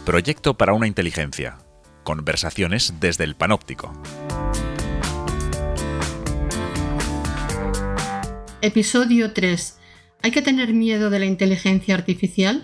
Proyecto para una inteligencia. Conversaciones desde el Panóptico. Episodio 3. ¿Hay que tener miedo de la inteligencia artificial?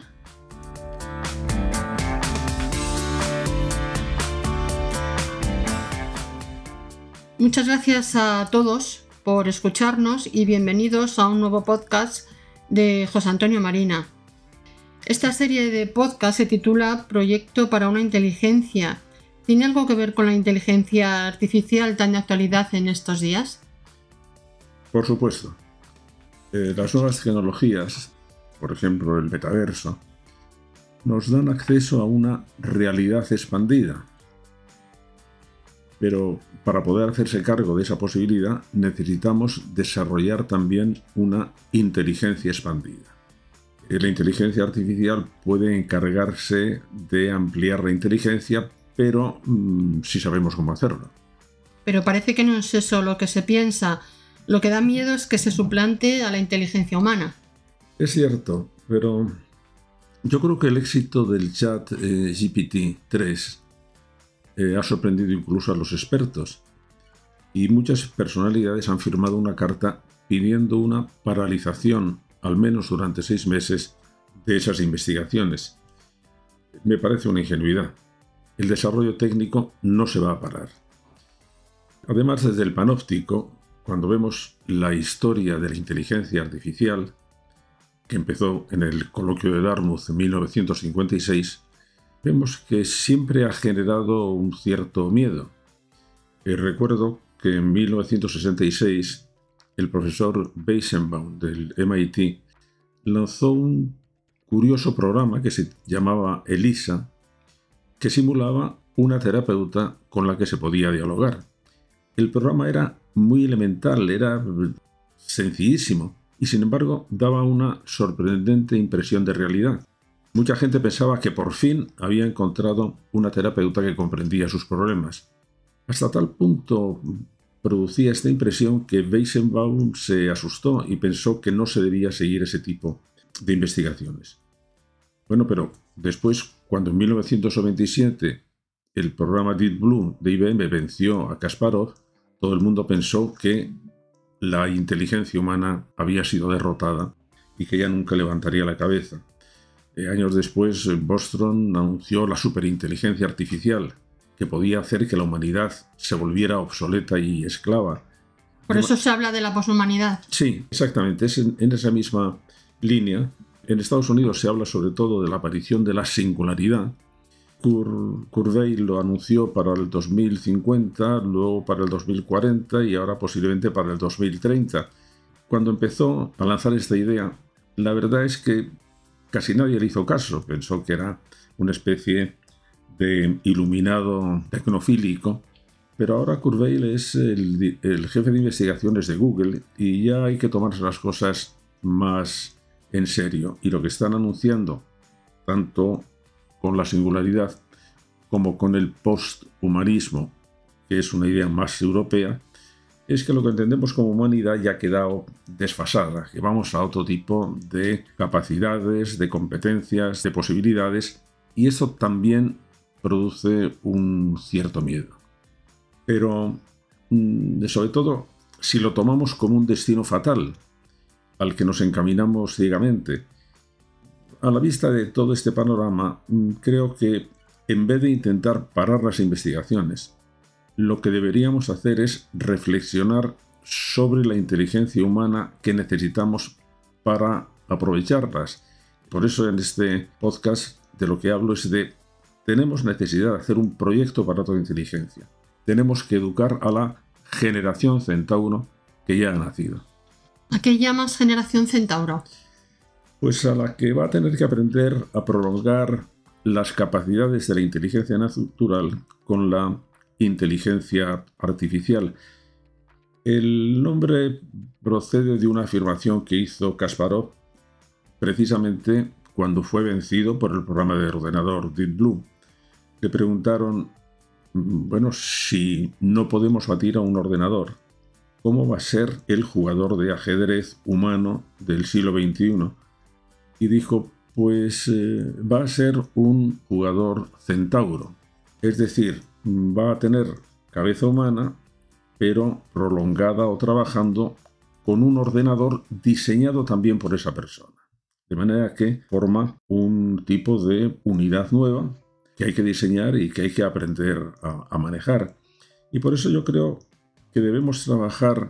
Muchas gracias a todos por escucharnos y bienvenidos a un nuevo podcast de José Antonio Marina. Esta serie de podcast se titula Proyecto para una inteligencia. ¿Tiene algo que ver con la inteligencia artificial tan de actualidad en estos días? Por supuesto. Las nuevas tecnologías, por ejemplo el metaverso, nos dan acceso a una realidad expandida. Pero para poder hacerse cargo de esa posibilidad necesitamos desarrollar también una inteligencia expandida. La inteligencia artificial puede encargarse de ampliar la inteligencia, pero sí sabemos cómo hacerlo. Pero parece que no es eso lo que se piensa. Lo que da miedo es que se suplante a la inteligencia humana. Es cierto, pero yo creo que el éxito del chat GPT-3 ha sorprendido incluso a los expertos. Y muchas personalidades han firmado una carta pidiendo una paralización, al menos durante 6 meses, de esas investigaciones. Me parece una ingenuidad. El desarrollo técnico no se va a parar. Además, desde el Panóptico, cuando vemos la historia de la inteligencia artificial, que empezó en el coloquio de Dartmouth en 1956, vemos que siempre ha generado un cierto miedo. Recuerdo que en 1966 el profesor Weizenbaum del MIT lanzó un curioso programa que se llamaba ELISA, que simulaba una terapeuta con la que se podía dialogar. El programa era muy elemental, era sencillísimo y sin embargo daba una sorprendente impresión de realidad. Mucha gente pensaba que por fin había encontrado una terapeuta que comprendía sus problemas. Hasta tal punto producía esta impresión que Weizenbaum se asustó y pensó que no se debía seguir ese tipo de investigaciones. Bueno, pero después, cuando en 1997 el programa Deep Blue de IBM venció a Kasparov, todo el mundo pensó que la inteligencia humana había sido derrotada y que ya nunca levantaría la cabeza. Años después, Bostrom anunció la superinteligencia artificial, que podía hacer que la humanidad se volviera obsoleta y esclava. Por eso se habla de la poshumanidad. Sí, exactamente, es en esa misma línea. En Estados Unidos se habla sobre todo de la aparición de la singularidad. Kurzweil lo anunció para el 2050, luego para el 2040 y ahora posiblemente para el 2030. Cuando empezó a lanzar esta idea, la verdad es que casi nadie le hizo caso, pensó que era una especie de iluminado tecnofílico, pero ahora Kurzweil es el jefe de investigaciones de Google y ya hay que tomarse las cosas más en serio. Y lo que están anunciando, tanto con la singularidad como con el posthumanismo, que es una idea más europea, es que lo que entendemos como humanidad ya ha quedado desfasada, que vamos a otro tipo de capacidades, de competencias, de posibilidades, y eso también produce un cierto miedo. Pero, sobre todo, si lo tomamos como un destino fatal, al que nos encaminamos ciegamente, a la vista de todo este panorama, creo que en vez de intentar parar las investigaciones, lo que deberíamos hacer es reflexionar sobre la inteligencia humana que necesitamos para aprovecharlas. Por eso en este podcast de lo que hablo es de tenemos necesidad de hacer un proyecto para toda inteligencia. Tenemos que educar a la generación Centauro que ya ha nacido. ¿A qué llamas generación Centauro? Pues a la que va a tener que aprender a prolongar las capacidades de la inteligencia natural con la inteligencia artificial. El nombre procede de una afirmación que hizo Kasparov precisamente cuando fue vencido por el programa de ordenador Deep Blue. Le preguntaron, bueno, si no podemos batir a un ordenador, ¿cómo va a ser el jugador de ajedrez humano del siglo XXI? Y dijo, Pues va a ser un jugador centauro. Es decir, va a tener cabeza humana, pero prolongada o trabajando con un ordenador diseñado también por esa persona. De manera que forma un tipo de unidad nueva que hay que diseñar y que hay que aprender a manejar. Y por eso yo creo que debemos trabajar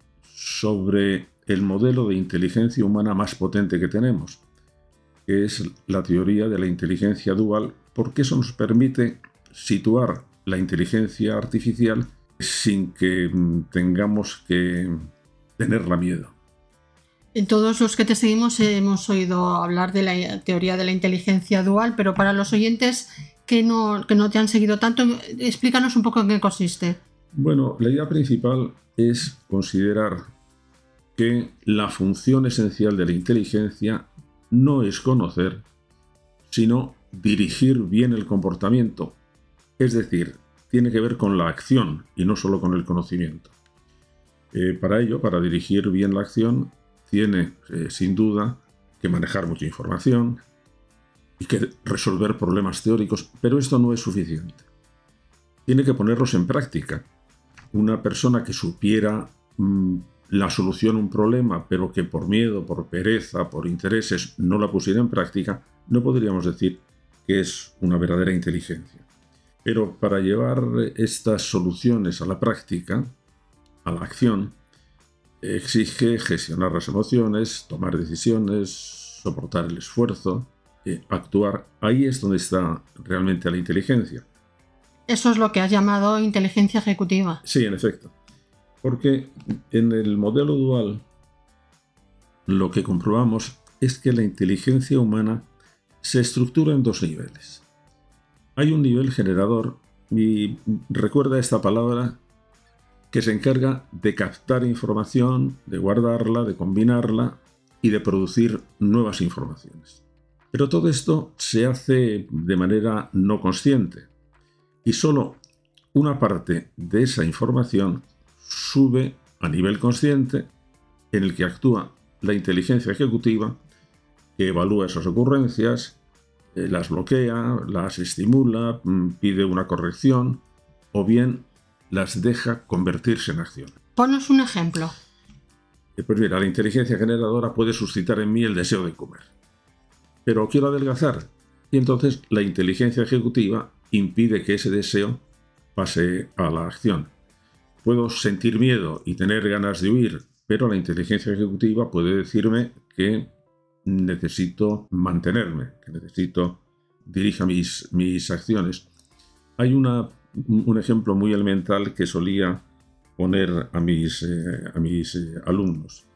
sobre el modelo de inteligencia humana más potente que tenemos, que es la teoría de la inteligencia dual, porque eso nos permite situar la inteligencia artificial sin que tengamos que tenerla miedo. Todos los que te seguimos hemos oído hablar de la teoría de la inteligencia dual, pero para los oyentes que no te han seguido tanto, explícanos un poco en qué consiste. Bueno, la idea principal es considerar que la función esencial de la inteligencia no es conocer, sino dirigir bien el comportamiento. Es decir, tiene que ver con la acción y no solo con el conocimiento. Para ello, para dirigir bien la acción, tiene sin duda que manejar mucha información y que resolver problemas teóricos, pero esto no es suficiente. Tiene que ponerlos en práctica. Una persona que supiera la solución a un problema, pero que por miedo, por pereza, por intereses no la pusiera en práctica, no podríamos decir que es una verdadera inteligencia. Pero para llevar estas soluciones a la práctica, a la acción, exige gestionar las emociones, tomar decisiones, soportar el esfuerzo, actuar. Ahí es donde está realmente la inteligencia. Eso es lo que has llamado inteligencia ejecutiva. Sí, en efecto. Porque en el modelo dual lo que comprobamos es que la inteligencia humana se estructura en dos niveles. Hay un nivel generador, y recuerda esta palabra, que se encarga de captar información, de guardarla, de combinarla y de producir nuevas informaciones. Pero todo esto se hace de manera no consciente y solo una parte de esa información sube a nivel consciente, en el que actúa la inteligencia ejecutiva, que evalúa esas ocurrencias, las bloquea, las estimula, pide una corrección o bien las deja convertirse en acción. Ponos un ejemplo. Pues mira, la inteligencia generadora puede suscitar en mí el deseo de comer, pero quiero adelgazar, y entonces la inteligencia ejecutiva impide que ese deseo pase a la acción. Puedo sentir miedo y tener ganas de huir, pero la inteligencia ejecutiva puede decirme que necesito mantenerme, que necesito dirija mis acciones. Hay un ejemplo muy elemental que solía poner a mis alumnos.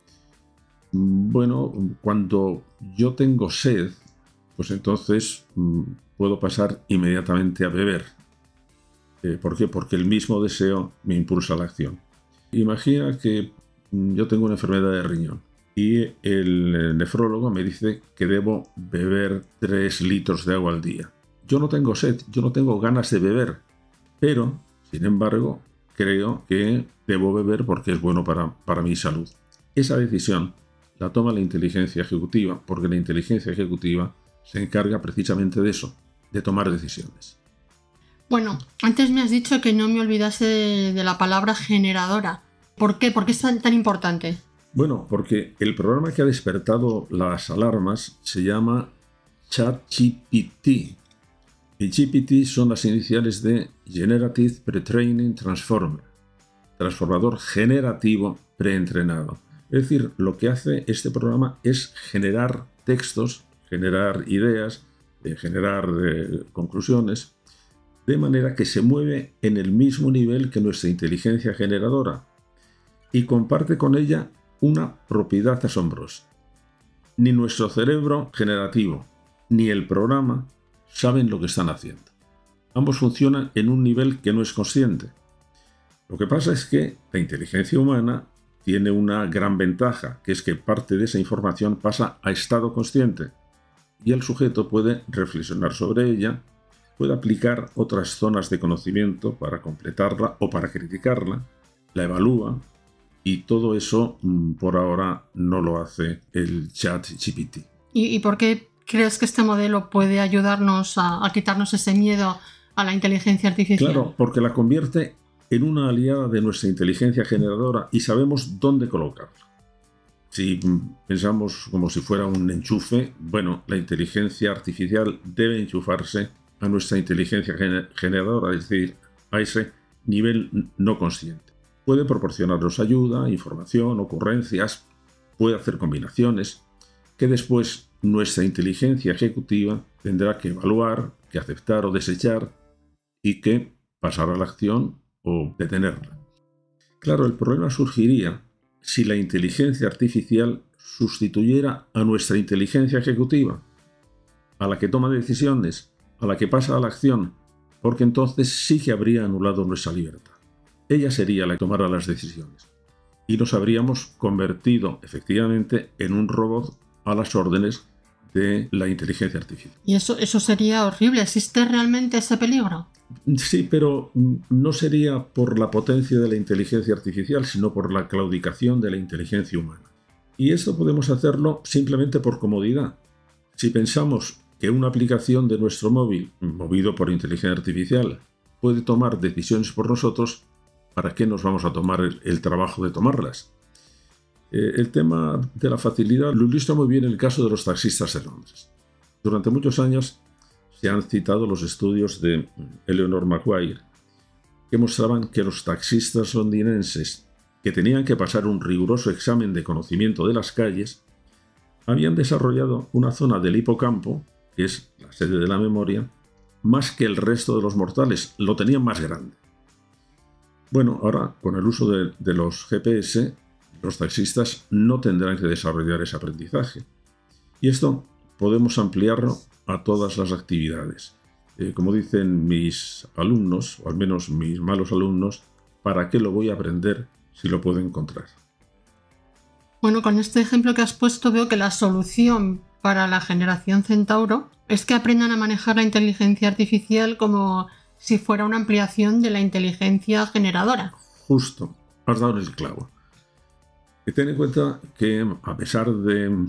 Bueno, cuando yo tengo sed, pues entonces puedo pasar inmediatamente a beber. ¿Por qué? Porque el mismo deseo me impulsa a la acción. Imagina que yo tengo una enfermedad de riñón y el nefrólogo me dice que debo beber 3 litros de agua al día. Yo no tengo sed, yo no tengo ganas de beber, pero, sin embargo, creo que debo beber porque es bueno para mi salud. Esa decisión la toma la inteligencia ejecutiva, porque la inteligencia ejecutiva se encarga precisamente de eso, de tomar decisiones. Bueno, antes me has dicho que no me olvidase de la palabra generadora. ¿Por qué? ¿Por qué es tan importante? Bueno, porque el programa que ha despertado las alarmas se llama ChatGPT. Y GPT son las iniciales de Generative Pre-Training Transformer, transformador generativo preentrenado. Es decir, lo que hace este programa es generar textos, generar ideas, generar conclusiones, de manera que se mueve en el mismo nivel que nuestra inteligencia generadora y comparte con ella una propiedad asombrosa. Ni nuestro cerebro generativo ni el programa saben lo que están haciendo. Ambos funcionan en un nivel que no es consciente. Lo que pasa es que la inteligencia humana tiene una gran ventaja, que es que parte de esa información pasa a estado consciente y el sujeto puede reflexionar sobre ella, puede aplicar otras zonas de conocimiento para completarla o para criticarla, la evalúa, y todo eso por ahora no lo hace el ChatGPT. ¿Y por qué ¿Crees que este modelo puede ayudarnos a quitarnos ese miedo a la inteligencia artificial? Claro, porque la convierte en una aliada de nuestra inteligencia generadora y sabemos dónde colocarla. Si pensamos como si fuera un enchufe, bueno, la inteligencia artificial debe enchufarse a nuestra inteligencia generadora, es decir, a ese nivel no consciente. Puede proporcionarnos ayuda, información, ocurrencias, puede hacer combinaciones que después nuestra inteligencia ejecutiva tendrá que evaluar, que aceptar o desechar y que pasar a la acción o detenerla. Claro, el problema surgiría si la inteligencia artificial sustituyera a nuestra inteligencia ejecutiva, a la que toma decisiones, a la que pasa a la acción, porque entonces sí que habría anulado nuestra libertad. Ella sería la que tomara las decisiones y nos habríamos convertido efectivamente en un robot a las órdenes de la inteligencia artificial. Y eso sería horrible. ¿Existe realmente ese peligro? Sí, pero no sería por la potencia de la inteligencia artificial, sino por la claudicación de la inteligencia humana. Y esto podemos hacerlo simplemente por comodidad. Si pensamos que una aplicación de nuestro móvil, movido por inteligencia artificial, puede tomar decisiones por nosotros, ¿para qué nos vamos a tomar el trabajo de tomarlas? El tema de la facilidad lo ilustra muy bien el caso de los taxistas de Londres. Durante muchos años se han citado los estudios de Eleanor Maguire, que mostraban que los taxistas londinenses, que tenían que pasar un riguroso examen de conocimiento de las calles, habían desarrollado una zona del hipocampo, que es la sede de la memoria, más que el resto de los mortales, lo tenían más grande. Bueno, ahora con el uso de los GPS, los taxistas no tendrán que desarrollar ese aprendizaje. Y esto podemos ampliarlo a todas las actividades. Como dicen mis alumnos, o al menos mis malos alumnos, ¿para qué lo voy a aprender si lo puedo encontrar? Bueno, con este ejemplo que has puesto veo que la solución para la generación Centauro es que aprendan a manejar la inteligencia artificial como si fuera una ampliación de la inteligencia generadora. Justo, has dado el clavo. Ten en cuenta que a pesar de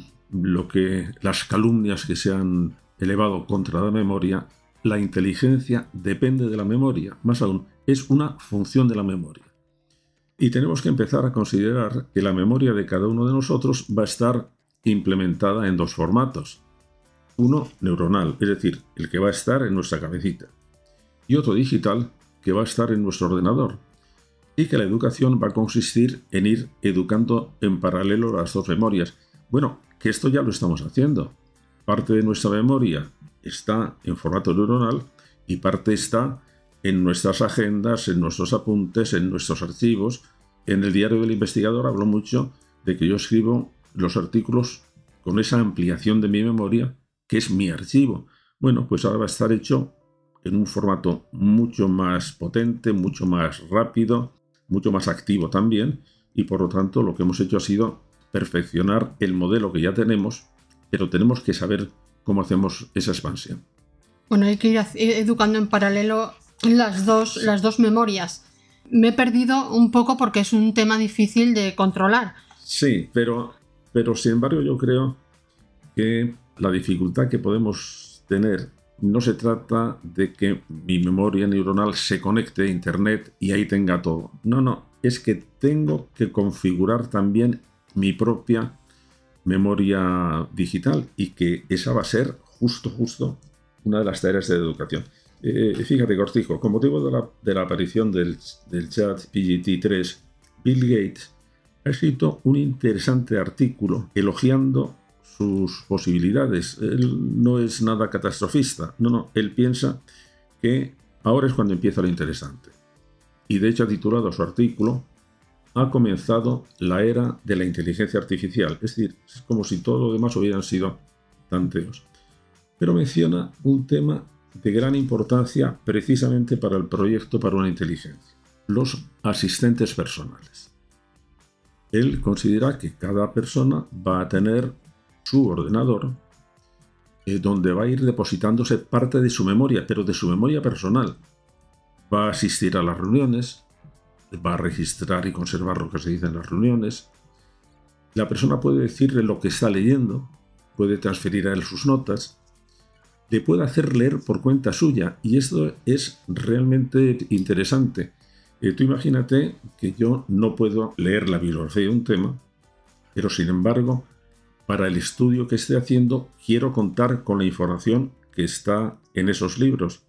las calumnias que se han elevado contra la memoria, la inteligencia depende de la memoria, más aún, es una función de la memoria. Y tenemos que empezar a considerar que la memoria de cada uno de nosotros va a estar implementada en dos formatos. Uno neuronal, es decir, el que va a estar en nuestra cabecita, y otro digital, que va a estar en nuestro ordenador. Y que la educación va a consistir en ir educando en paralelo las dos memorias. Bueno, que esto ya lo estamos haciendo. Parte de nuestra memoria está en formato neuronal y parte está en nuestras agendas, en nuestros apuntes, en nuestros archivos. En el diario del investigador hablo mucho de que yo escribo los artículos con esa ampliación de mi memoria, que es mi archivo. Bueno, pues ahora va a estar hecho en un formato mucho más potente, mucho más rápido, mucho más activo también, y por lo tanto lo que hemos hecho ha sido perfeccionar el modelo que ya tenemos, pero tenemos que saber cómo hacemos esa expansión. Bueno, hay que ir educando en paralelo las dos memorias. Me he perdido un poco porque es un tema difícil de controlar. Sí, pero sin embargo yo creo que la dificultad que podemos tener no se trata de que mi memoria neuronal se conecte a Internet y ahí tenga todo. No, es que tengo que configurar también mi propia memoria digital y que esa va a ser justo una de las tareas de educación. Fíjate, Cortijo, con motivo de la aparición del chat GPT-3, Bill Gates ha escrito un interesante artículo elogiando sus posibilidades. Él no es nada catastrofista, no, él piensa que ahora es cuando empieza lo interesante. Y de hecho ha titulado su artículo "Ha comenzado la era de la inteligencia artificial", es decir, es como si todo lo demás hubieran sido tanteos. Pero menciona un tema de gran importancia precisamente para el proyecto para una inteligencia: los asistentes personales. Él considera que cada persona va a tener su ordenador donde va a ir depositándose parte de su memoria, pero de su memoria personal. Va a asistir a las reuniones, va a registrar y conservar lo que se dice en las reuniones. La persona puede decirle lo que está leyendo, puede transferir a él sus notas, le puede hacer leer por cuenta suya, y esto es realmente interesante. Tú imagínate que yo no puedo leer la bibliografía de un tema, pero sin embargo, para el estudio que esté haciendo, quiero contar con la información que está en esos libros.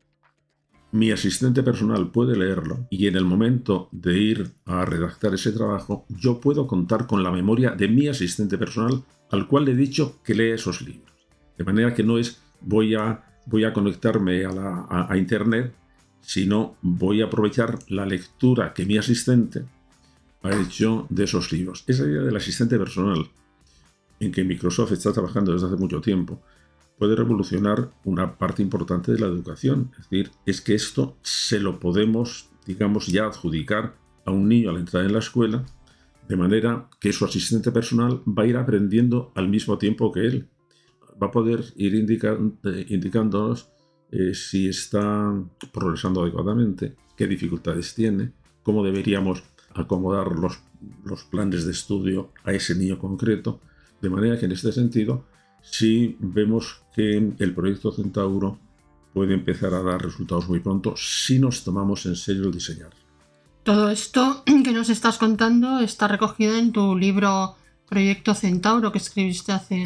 Mi asistente personal puede leerlo y en el momento de ir a redactar ese trabajo, yo puedo contar con la memoria de mi asistente personal al cual le he dicho que lea esos libros. De manera que no es voy a conectarme a Internet, sino voy a aprovechar la lectura que mi asistente ha hecho de esos libros. Esa idea del asistente personal, en que Microsoft está trabajando desde hace mucho tiempo, puede revolucionar una parte importante de la educación. Es decir, es que esto se lo podemos, digamos, ya adjudicar a un niño a la entrada en la escuela, de manera que su asistente personal va a ir aprendiendo al mismo tiempo que él. Va a poder ir indicándonos si está progresando adecuadamente, qué dificultades tiene, cómo deberíamos acomodar los planes de estudio a ese niño concreto. De manera que en este sentido, sí vemos que el proyecto Centauro puede empezar a dar resultados muy pronto si nos tomamos en serio el diseñar. Todo esto que nos estás contando está recogido en tu libro Proyecto Centauro, que escribiste hace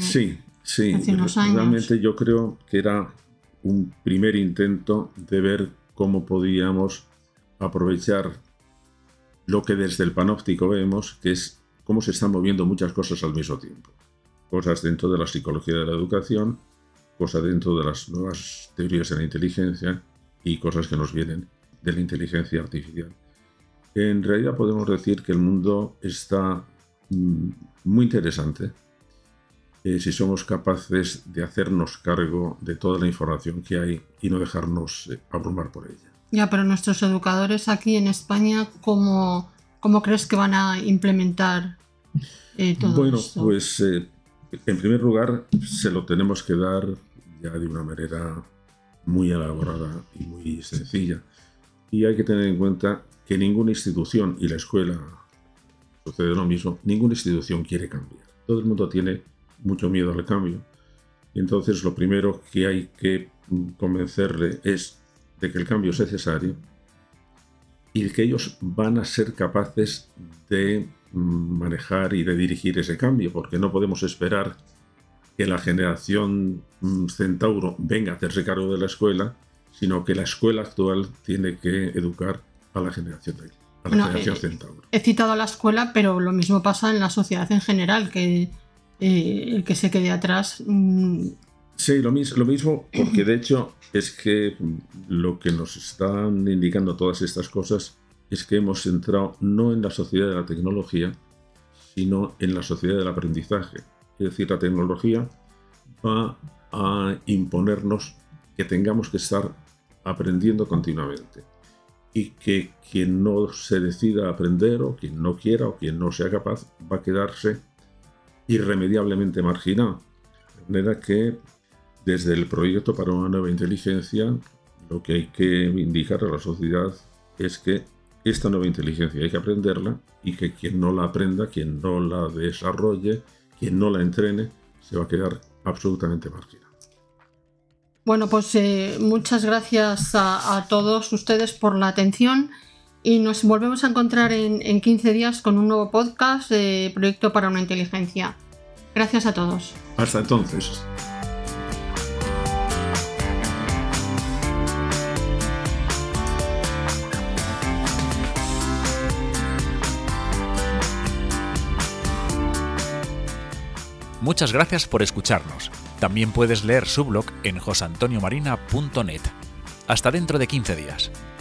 unos años. Realmente yo creo que era un primer intento de ver cómo podíamos aprovechar lo que desde el panóptico vemos, que es cómo se están moviendo muchas cosas al mismo tiempo. Cosas dentro de la psicología de la educación, cosas dentro de las nuevas teorías de la inteligencia y cosas que nos vienen de la inteligencia artificial. En realidad podemos decir que el mundo está muy interesante si somos capaces de hacernos cargo de toda la información que hay y no dejarnos abrumar por ella. Ya, pero nuestros educadores aquí en España, ¿cómo crees que van a implementar todo esto? Bueno, pues en primer lugar se lo tenemos que dar ya de una manera muy elaborada y muy sencilla. Y hay que tener en cuenta que ninguna institución, y la escuela sucede lo mismo, ninguna institución quiere cambiar. Todo el mundo tiene mucho miedo al cambio. Y entonces lo primero que hay que convencerle es de que el cambio es necesario y de que ellos van a ser capaces de manejar y de dirigir ese cambio, porque no podemos esperar que la generación Centauro venga a hacerse cargo de la escuela, sino que la escuela actual tiene que educar a la generación generación Centauro. He citado a la escuela, pero lo mismo pasa en la sociedad en general, que el que se quede atrás. Sí, lo mismo, porque de hecho es que lo que nos están indicando todas estas cosas es que hemos entrado no en la sociedad de la tecnología, sino en la sociedad del aprendizaje. Es decir, la tecnología va a imponernos que tengamos que estar aprendiendo continuamente y que quien no se decida a aprender o quien no quiera o quien no sea capaz va a quedarse irremediablemente marginado. De manera que desde el proyecto para una nueva inteligencia lo que hay que indicar a la sociedad es que esta nueva inteligencia hay que aprenderla y que quien no la aprenda, quien no la desarrolle, quien no la entrene, se va a quedar absolutamente marginado. Bueno, pues muchas gracias a todos ustedes por la atención y nos volvemos a encontrar en 15 días con un nuevo podcast de Proyecto para una Inteligencia. Gracias a todos. Hasta entonces. Muchas gracias por escucharnos. También puedes leer su blog en joseantoniomarina.net. Hasta dentro de 15 días.